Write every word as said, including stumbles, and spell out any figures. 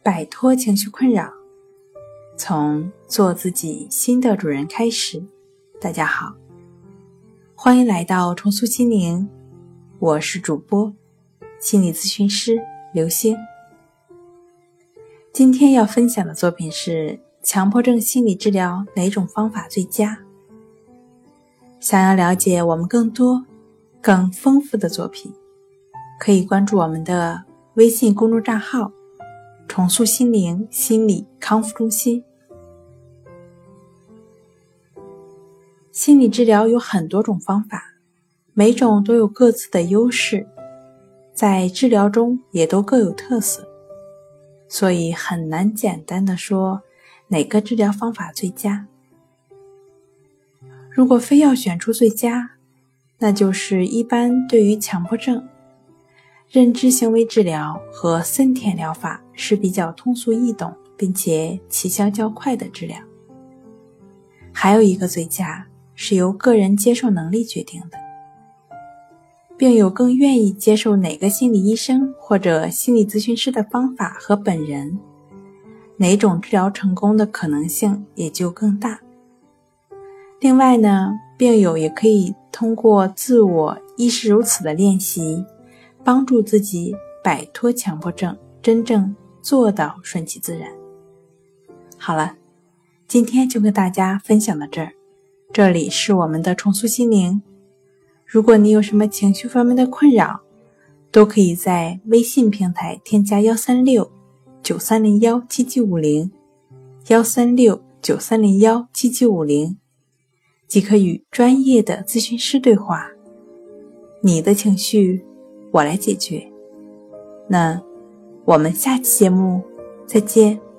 摆脱情绪困扰，从做自己新的主人开始。大家好，欢迎来到重塑心灵，我是主播心理咨询师刘星。今天要分享的作品是强迫症心理治疗哪种方法最佳？想要了解我们更多更丰富的作品，可以关注我们的微信公众账号重塑心灵心理康复中心。心理治疗有很多种方法，每种都有各自的优势，在治疗中也都各有特色，所以很难简单的说哪个治疗方法最佳。如果非要选出最佳，那就是一般对于强迫症，认知行为治疗和森田疗法是比较通俗易懂并且起效较快的治疗。还有一个最佳是由个人接受能力决定的，并有更愿意接受哪个心理医生或者心理咨询师的方法和本人，哪种治疗成功的可能性也就更大。另外呢，病友也可以通过自我亦是如此的练习，帮助自己摆脱强迫症，真正做到顺其自然。好了，今天就跟大家分享到这儿。这里是我们的重塑心灵，如果你有什么情绪方面的困扰，都可以在微信平台添加一三六九三零一七七五零 一三六九三零一七七五零，即可与专业的咨询师对话，你的情绪我来解决。那我们下期节目再见。